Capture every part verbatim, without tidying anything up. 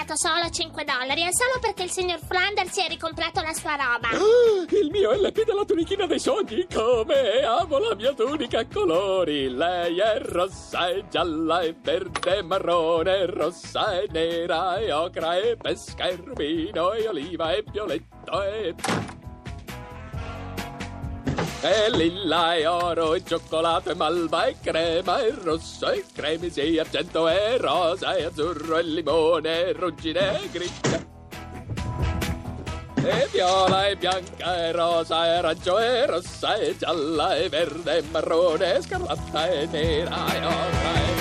pagato solo cinque dollari, è solo perché il signor Flanders si è ricomprato la sua roba. Ah, il mio L P della tunichina dei sogni. Come amo la mia tunica a colori. Lei è rossa e gialla e verde e marrone, rossa e nera e ocra e pesca e rubino e oliva e violetto e... E lilla e oro e cioccolato e malva e crema e rosso e cremisi, argento e rosa e azzurro e limone e ruggine e griglia e viola e bianca e rosa e arancio e rossa e gialla e verde e marrone e scarlatta e nera e ocra e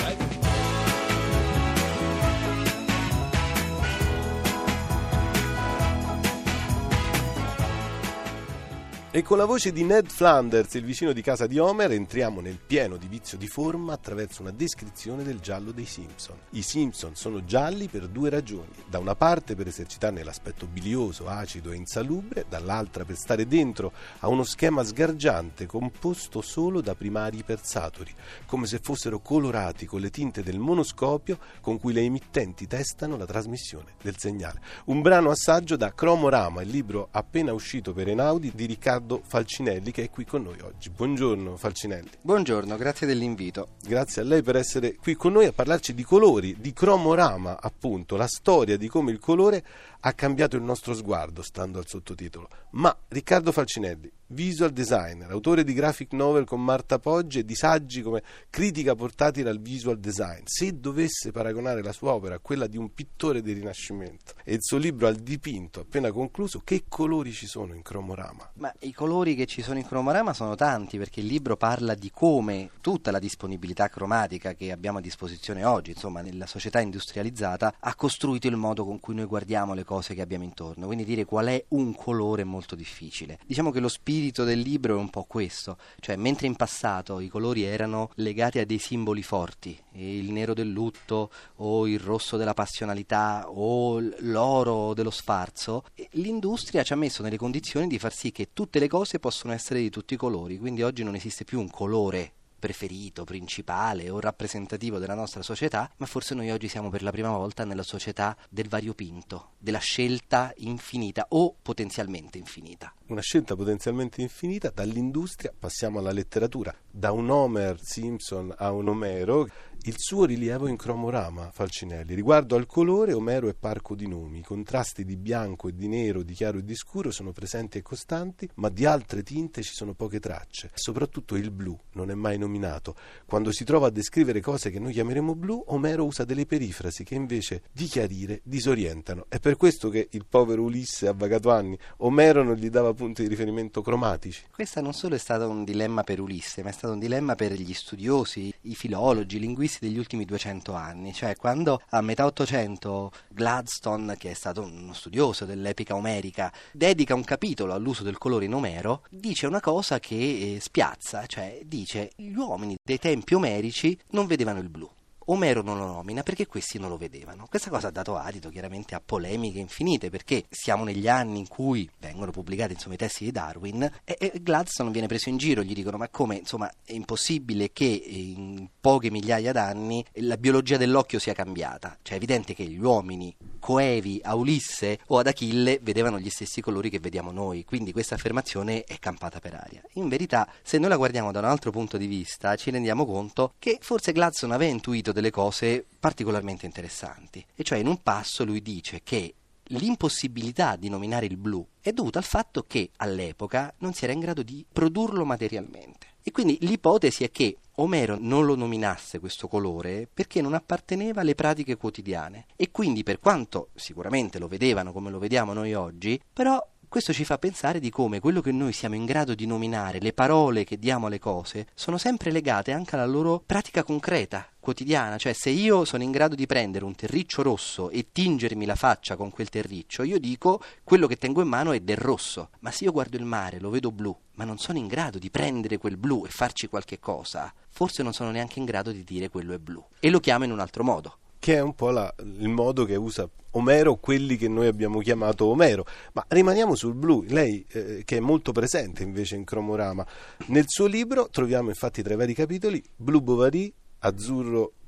E con la voce di Ned Flanders, il vicino di casa di Homer, entriamo nel pieno di vizio di forma attraverso una descrizione del giallo dei Simpson. I Simpson sono gialli per due ragioni: da una parte per esercitarne l'aspetto bilioso, acido e insalubre, dall'altra per stare dentro a uno schema sgargiante composto solo da primari ipersatori, come se fossero colorati con le tinte del monoscopio con cui le emittenti testano la trasmissione del segnale. Un brano assaggio da Cromorama, il libro appena uscito per Einaudi di Riccardo Falcinelli, che è qui con noi oggi. Buongiorno Falcinelli. Buongiorno, grazie dell'invito. Grazie a lei per essere qui con noi a parlarci di colori, di Cromorama, appunto, la storia di come il colore ha cambiato il nostro sguardo, stando al sottotitolo. Ma Riccardo Falcinelli, visual designer, autore di graphic novel con Marta Poggi e di saggi come Critica portati dal visual design, se dovesse paragonare la sua opera a quella di un pittore del Rinascimento e il suo libro al dipinto appena concluso, che colori ci sono in Cromorama? Ma i colori che ci sono in Cromorama sono tanti, perché il libro parla di come tutta la disponibilità cromatica che abbiamo a disposizione oggi, insomma nella società industrializzata, ha costruito il modo con cui noi guardiamo le cose che abbiamo intorno. Quindi dire qual è un colore è molto difficile. Diciamo che lo spirito del libro è un po' questo, cioè mentre in passato i colori erano legati a dei simboli forti, il nero del lutto o il rosso della passionalità o l'oro dello sfarzo, l'industria ci ha messo nelle condizioni di far sì che tutte le cose possono essere di tutti i colori. Quindi oggi non esiste più un colore preferito, principale o rappresentativo della nostra società, ma forse noi oggi siamo per la prima volta nella società del variopinto, della scelta infinita o potenzialmente infinita. Una scelta potenzialmente infinita. Dall'industria passiamo alla letteratura, da un Homer Simpson a un Omero. Il suo rilievo in Cromorama, Falcinelli, riguardo al colore, Omero è parco di nomi, i contrasti di bianco e di nero, di chiaro e di scuro sono presenti e costanti, ma di altre tinte ci sono poche tracce. Soprattutto il blu non è mai nominato. Quando si trova a descrivere cose che noi chiameremo blu, Omero usa delle perifrasi che invece di chiarire disorientano. È per questo che il povero Ulisse ha vagato anni. Omero non gli dava punti di riferimento cromatici. Questa non solo è stato un dilemma per Ulisse, ma è stato un dilemma per gli studiosi, i filologi, i linguisti degli ultimi duecento anni. Cioè quando a metà Ottocento Gladstone, che è stato uno studioso dell'epica omerica, dedica un capitolo all'uso del colore in Omero, dice una cosa che eh, spiazza, cioè dice: gli uomini dei tempi omerici non vedevano il blu. Omero non lo nomina perché questi non lo vedevano. Questa cosa ha dato adito chiaramente a polemiche infinite, perché siamo negli anni in cui vengono pubblicati insomma i testi di Darwin e, e Gladstone viene preso in giro, gli dicono: ma come, insomma, è impossibile che in poche migliaia d'anni la biologia dell'occhio sia cambiata. Cioè è evidente che gli uomini coevi a Ulisse o ad Achille vedevano gli stessi colori che vediamo noi, quindi questa affermazione è campata per aria. In verità, se noi la guardiamo da un altro punto di vista, ci rendiamo conto che forse Gladstone aveva intuito delle cose particolarmente interessanti, e cioè in un passo lui dice che l'impossibilità di nominare il blu è dovuta al fatto che all'epoca non si era in grado di produrlo materialmente, e quindi l'ipotesi è che Omero non lo nominasse questo colore perché non apparteneva alle pratiche quotidiane, e quindi per quanto sicuramente lo vedevano come lo vediamo noi oggi, però questo ci fa pensare di come quello che noi siamo in grado di nominare, le parole che diamo alle cose, sono sempre legate anche alla loro pratica concreta, quotidiana. Cioè se io sono in grado di prendere un terriccio rosso e tingermi la faccia con quel terriccio, io dico quello che tengo in mano è del rosso. Ma se io guardo il mare, lo vedo blu, ma non sono in grado di prendere quel blu e farci qualche cosa, forse non sono neanche in grado di dire quello è blu, e lo chiamo in un altro modo. Che è un po' la, il modo che usa Omero, quelli che noi abbiamo chiamato Omero. Ma rimaniamo sul blu, lei eh, che è molto presente invece in Cromorama. Nel suo libro troviamo infatti tra i vari capitoli Blue Bovary, azzurro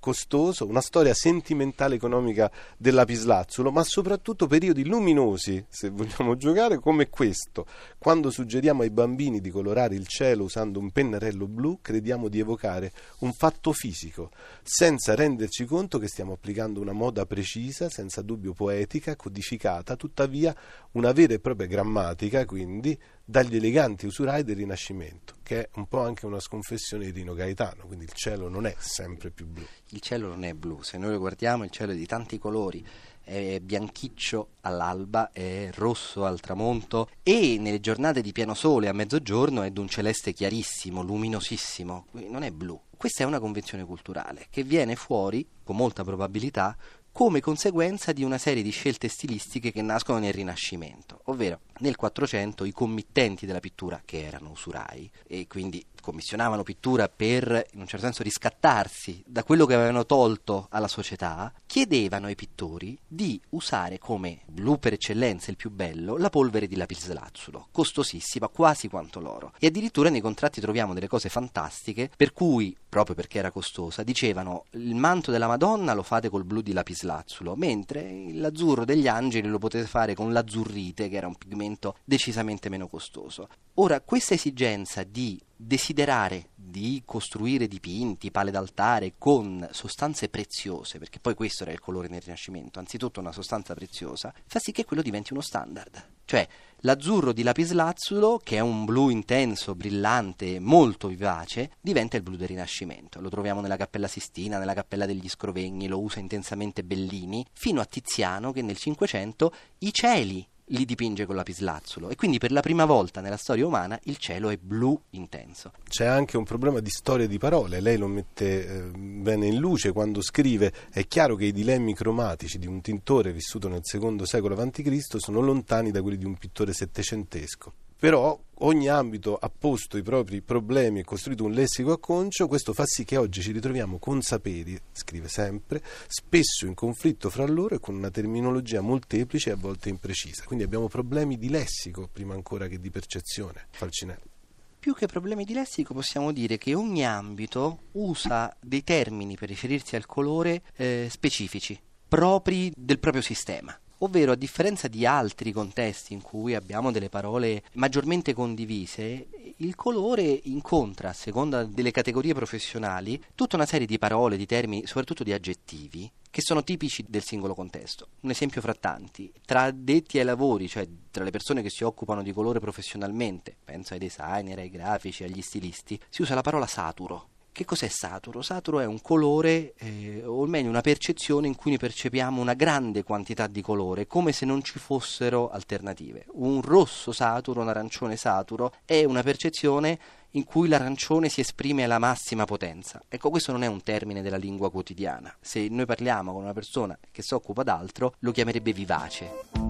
costoso, una storia sentimentale economica del lapislazzulo, ma soprattutto periodi luminosi, se vogliamo giocare, come questo. Quando suggeriamo ai bambini di colorare il cielo usando un pennarello blu, crediamo di evocare un fatto fisico, senza renderci conto che stiamo applicando una moda precisa, senza dubbio poetica, codificata, tuttavia una vera e propria grammatica, quindi, dagli eleganti usurai del Rinascimento, che è un po' anche una sconfessione di Rino Gaetano, quindi il cielo non è sempre più blu. Il cielo non è blu, se noi lo guardiamo il cielo è di tanti colori, è bianchiccio all'alba, è rosso al tramonto e nelle giornate di pieno sole a mezzogiorno è d'un celeste chiarissimo, luminosissimo, non è blu. Questa è una convenzione culturale che viene fuori, con molta probabilità, come conseguenza di una serie di scelte stilistiche che nascono nel Rinascimento, ovvero nel Quattrocento i committenti della pittura, che erano usurai e quindi commissionavano pittura per in un certo senso riscattarsi da quello che avevano tolto alla società, chiedevano ai pittori di usare come blu per eccellenza, il più bello, la polvere di lapislazzulo, costosissima quasi quanto l'oro, e addirittura nei contratti troviamo delle cose fantastiche per cui, proprio perché era costosa, dicevano il manto della Madonna lo fate col blu di lapislazzulo, mentre l'azzurro degli angeli lo potete fare con l'azzurrite, che era un pigmento decisamente meno costoso. Ora, questa esigenza di desiderare di costruire dipinti, pale d'altare con sostanze preziose, perché poi questo era il colore nel Rinascimento, anzitutto una sostanza preziosa, fa sì che quello diventi uno standard. Cioè l'azzurro di lapislazzulo, che è un blu intenso, brillante, molto vivace, diventa il blu del Rinascimento. Lo troviamo nella Cappella Sistina, nella Cappella degli Scrovegni, lo usa intensamente Bellini, fino a Tiziano che nel Cinquecento i cieli li dipinge con lapislazzulo e quindi per la prima volta nella storia umana il cielo è blu intenso. C'è anche un problema di storia di parole, lei lo mette eh, bene in luce quando scrive: è chiaro che i dilemmi cromatici di un tintore vissuto nel secondo secolo avanti Cristo sono lontani da quelli di un pittore settecentesco. Però ogni ambito ha posto i propri problemi e costruito un lessico acconcio, questo fa sì che oggi ci ritroviamo con saperi, scrive sempre, spesso in conflitto fra loro e con una terminologia molteplice e a volte imprecisa. Quindi abbiamo problemi di lessico prima ancora che di percezione. Falcinelli. Più che problemi di lessico possiamo dire che ogni ambito usa dei termini per riferirsi al colore eh, specifici, propri del proprio sistema. Ovvero, a differenza di altri contesti in cui abbiamo delle parole maggiormente condivise, il colore incontra, a seconda delle categorie professionali, tutta una serie di parole, di termini, soprattutto di aggettivi, che sono tipici del singolo contesto. Un esempio fra tanti: tra addetti ai lavori, cioè tra le persone che si occupano di colore professionalmente, penso ai designer, ai grafici, agli stilisti, si usa la parola saturo. Che cos'è saturo? Saturo è un colore, eh, o meglio una percezione in cui ne percepiamo una grande quantità di colore, come se non ci fossero alternative. Un rosso saturo, un arancione saturo, è una percezione in cui l'arancione si esprime alla massima potenza. Ecco, questo non è un termine della lingua quotidiana. Se noi parliamo con una persona che si occupa d'altro, lo chiamerebbe vivace.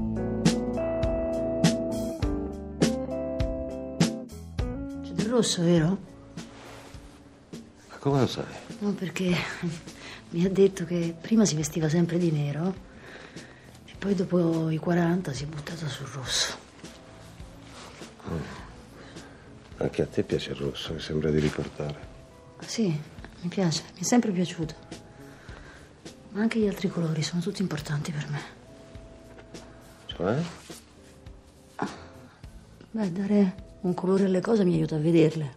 C'è del rosso, vero? Come lo sai? No, perché mi ha detto che prima si vestiva sempre di nero e poi dopo i quaranta si è buttata sul rosso. Mm. Anche a te piace il rosso, mi sembra di ricordare. Sì, mi piace, mi è sempre piaciuto. Ma anche gli altri colori sono tutti importanti per me. Cioè? Beh, dare un colore alle cose mi aiuta a vederle.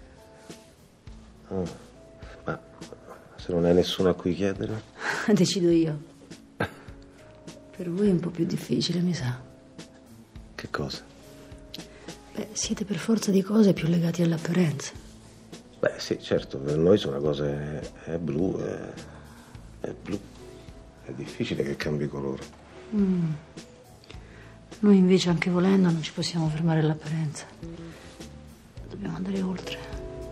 Ah. Ma se non hai nessuno a cui chiedere? Decido io. Per voi è un po' più difficile, mi sa. Che cosa? Beh, siete per forza di cose più legati alle apparenze. Beh, sì, certo, per noi se una cosa è, è blu, è, è blu. È difficile che cambi colore. Mm. Noi invece, anche volendo, non ci possiamo fermare all'apparenza. Dobbiamo andare oltre.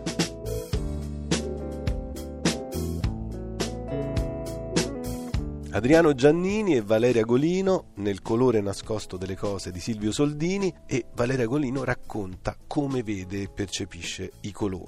Adriano Giannini e Valeria Golino nel colore nascosto delle cose di Silvio Soldini, e Valeria Golino racconta come vede e percepisce i colori.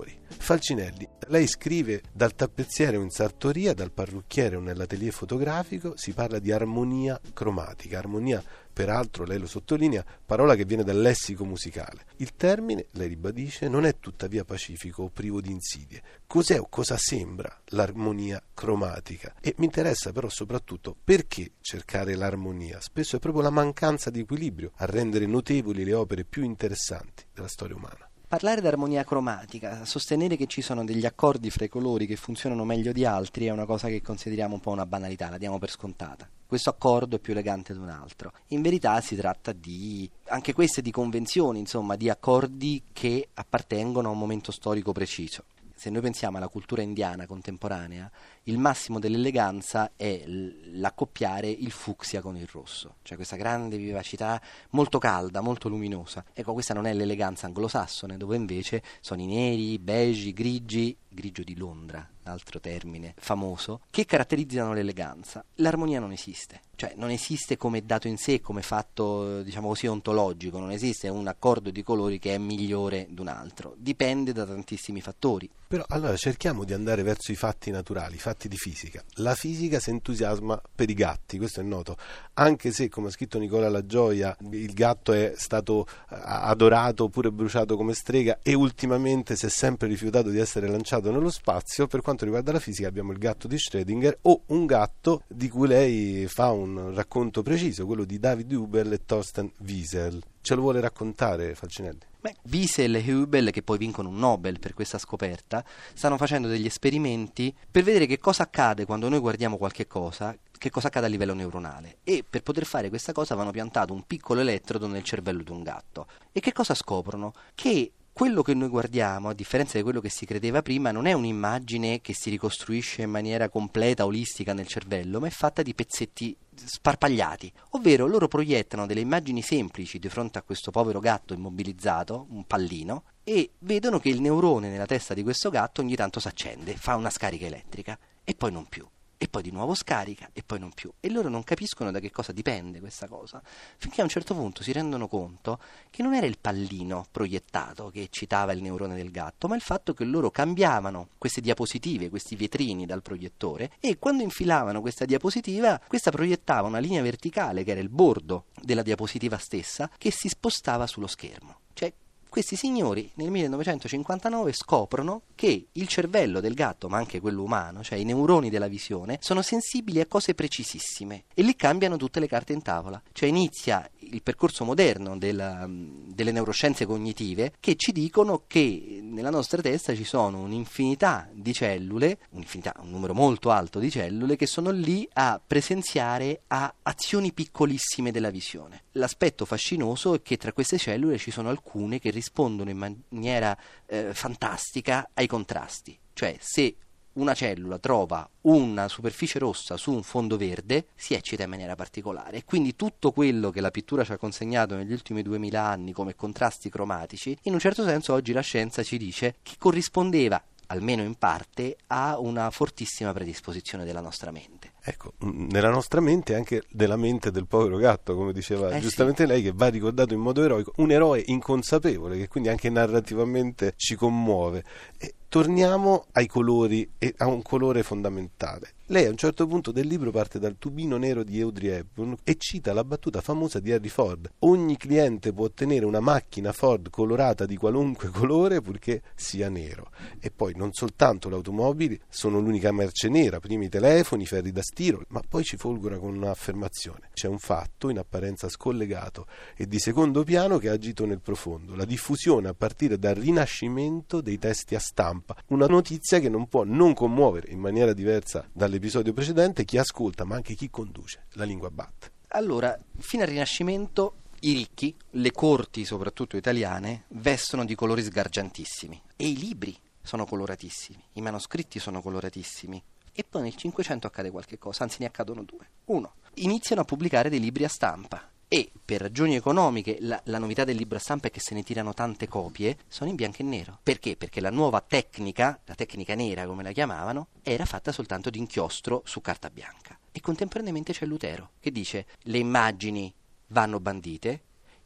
Falcinelli, lei scrive dal tappezziere o in sartoria, dal parrucchiere o nell'atelier fotografico, si parla di armonia cromatica. Armonia, peraltro, lei lo sottolinea, parola che viene dal lessico musicale. Il termine, lei ribadisce, non è tuttavia pacifico o privo di insidie. Cos'è o cosa sembra l'armonia cromatica? E mi interessa però soprattutto perché cercare l'armonia. Spesso è proprio la mancanza di equilibrio a rendere notevoli le opere più interessanti della storia umana. Parlare d'armonia cromatica, sostenere che ci sono degli accordi fra i colori che funzionano meglio di altri è una cosa che consideriamo un po' una banalità, la diamo per scontata. Questo accordo è più elegante di un altro. In verità si tratta di, anche queste, di convenzioni, insomma, di accordi che appartengono a un momento storico preciso. Se noi pensiamo alla cultura indiana contemporanea, il massimo dell'eleganza è l'accoppiare il fucsia con il rosso, cioè questa grande vivacità molto calda, molto luminosa. Ecco, questa non è l'eleganza anglosassone, dove invece sono i neri, i beige, i grigi, grigio di Londra, altro termine famoso, che caratterizzano l'eleganza. L'armonia non esiste, cioè non esiste come dato in sé, come fatto, diciamo così, ontologico, non esiste un accordo di colori che è migliore di un altro, dipende da tantissimi fattori. Però allora cerchiamo di andare verso i fatti naturali, i fatti di fisica. La fisica si entusiasma per i gatti, questo è noto, anche se, come ha scritto Nicola La Gioia, il gatto è stato adorato oppure bruciato come strega e ultimamente si è sempre rifiutato di essere lanciato nello spazio. Per quanto riguarda la fisica abbiamo il gatto di Schrödinger o un gatto di cui lei fa un racconto preciso, quello di David Hubel e Thorsten Wiesel. Ce lo vuole raccontare, Falcinelli? Beh, Wiesel e Hubel, che poi vincono un Nobel per questa scoperta, stanno facendo degli esperimenti per vedere che cosa accade quando noi guardiamo qualche cosa, che cosa accade a livello neuronale, e per poter fare questa cosa vanno piantato un piccolo elettrodo nel cervello di un gatto. E che cosa scoprono? Che quello che noi guardiamo, a differenza di quello che si credeva prima, non è un'immagine che si ricostruisce in maniera completa, olistica nel cervello, ma è fatta di pezzetti sparpagliati, ovvero loro proiettano delle immagini semplici di fronte a questo povero gatto immobilizzato, un pallino, e vedono che il neurone nella testa di questo gatto ogni tanto si accende, fa una scarica elettrica e poi non più. E poi di nuovo scarica e poi non più. E loro non capiscono da che cosa dipende questa cosa, finché a un certo punto si rendono conto che non era il pallino proiettato che eccitava il neurone del gatto, ma il fatto che loro cambiavano queste diapositive, questi vetrini dal proiettore, e quando infilavano questa diapositiva, questa proiettava una linea verticale che era il bordo della diapositiva stessa, che si spostava sullo schermo. Cioè, questi signori nel millenovecentocinquantanove scoprono che il cervello del gatto, ma anche quello umano, cioè i neuroni della visione, sono sensibili a cose precisissime e lì cambiano tutte le carte in tavola. Cioè inizia il percorso moderno della, delle neuroscienze cognitive, che ci dicono che nella nostra testa ci sono un'infinità di cellule, un'infinità, un numero molto alto di cellule, che sono lì a presenziare a azioni piccolissime della visione. L'aspetto fascinoso è che tra queste cellule ci sono alcune che rispondono in maniera eh, fantastica ai contrasti. Cioè, se una cellula trova una superficie rossa su un fondo verde, si eccita in maniera particolare. E quindi tutto quello che la pittura ci ha consegnato negli ultimi duemila anni come contrasti cromatici, in un certo senso oggi la scienza ci dice che corrispondeva, almeno in parte, a una fortissima predisposizione della nostra mente. Ecco, nella nostra mente e anche della mente del povero gatto, come diceva eh giustamente sì. lei, che va ricordato in modo eroico, un eroe inconsapevole che quindi anche narrativamente ci commuove. E torniamo ai colori e a un colore fondamentale. Lei a un certo punto del libro parte dal tubino nero di Audrey Hepburn e cita la battuta famosa di Henry Ford: ogni cliente può ottenere una macchina Ford colorata di qualunque colore purché sia nero. E poi non soltanto le automobili sono l'unica merce nera, prima i telefoni, i ferri da stiro, ma poi ci folgora con un'affermazione: c'è un fatto in apparenza scollegato e di secondo piano che ha agito nel profondo, la diffusione a partire dal rinascimento dei testi a stampa, una notizia che non può non commuovere in maniera diversa dall'episodio precedente chi ascolta ma anche chi conduce. La lingua batte. Allora, fino al Rinascimento i ricchi, le corti soprattutto italiane, vestono di colori sgargiantissimi e i libri sono coloratissimi, i manoscritti sono coloratissimi. E poi nel Cinquecento accade qualche cosa, anzi ne accadono due. Uno, iniziano a pubblicare dei libri a stampa e per ragioni economiche la, la novità del libro a stampa è che se ne tirano tante copie, sono in bianco e nero. Perché? Perché la nuova tecnica, la tecnica nera come la chiamavano, era fatta soltanto di inchiostro su carta bianca. E contemporaneamente c'è Lutero che dice: le immagini vanno bandite,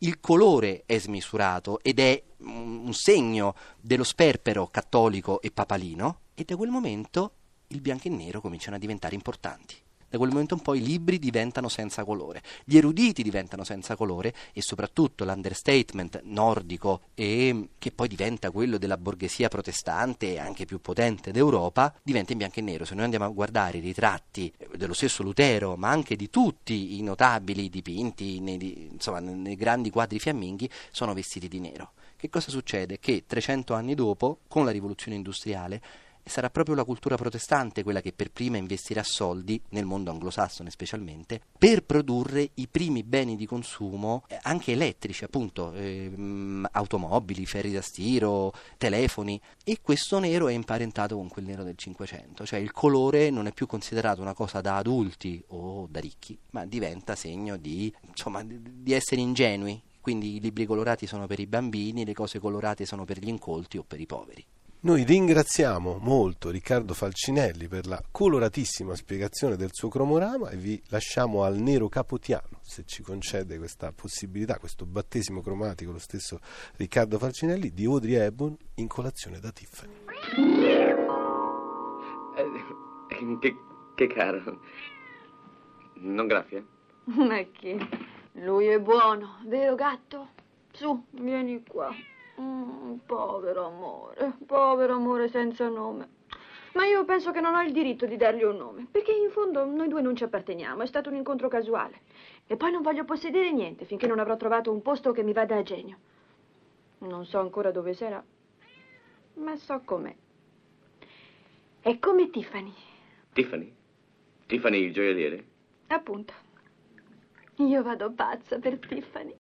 il colore è smisurato ed è un segno dello sperpero cattolico e papalino, e da quel momento il bianco e nero cominciano a diventare importanti. Da quel momento in poi i libri diventano senza colore, gli eruditi diventano senza colore, e soprattutto l'understatement nordico, e che poi diventa quello della borghesia protestante e anche più potente d'Europa, diventa in bianco e nero. Se noi andiamo a guardare i ritratti dello stesso Lutero, ma anche di tutti i notabili dipinti nei, insomma, nei grandi quadri fiamminghi, sono vestiti di nero. Che cosa succede? Che trecento anni dopo, con la rivoluzione industriale, sarà proprio la cultura protestante quella che per prima investirà soldi, nel mondo anglosassone specialmente, per produrre i primi beni di consumo, eh, anche elettrici, appunto, eh, automobili, ferri da stiro, telefoni, e questo nero è imparentato con quel nero del Cinquecento, cioè il colore non è più considerato una cosa da adulti o da ricchi, ma diventa segno di, insomma, di essere ingenui. Quindi i libri colorati sono per i bambini, le cose colorate sono per gli incolti o per i poveri. Noi ringraziamo molto Riccardo Falcinelli per la coloratissima spiegazione del suo cromorama e vi lasciamo al nero capotiano, se ci concede questa possibilità, questo battesimo cromatico, lo stesso Riccardo Falcinelli, di Audrey Hepburn in Colazione da Tiffany. Eh, che, che caro. Non graffia? Ma chi? Lui è buono, vero gatto? Su, vieni qua. Mm, povero amore, povero amore senza nome. Ma io penso che non ho il diritto di dargli un nome, perché in fondo noi due non ci apparteniamo, è stato un incontro casuale. E poi non voglio possedere niente finché non avrò trovato un posto che mi vada a genio. Non so ancora dove sarà, ma so com'è. È come Tiffany. Tiffany? Tiffany il gioielliere? Appunto. Io vado pazza per Tiffany.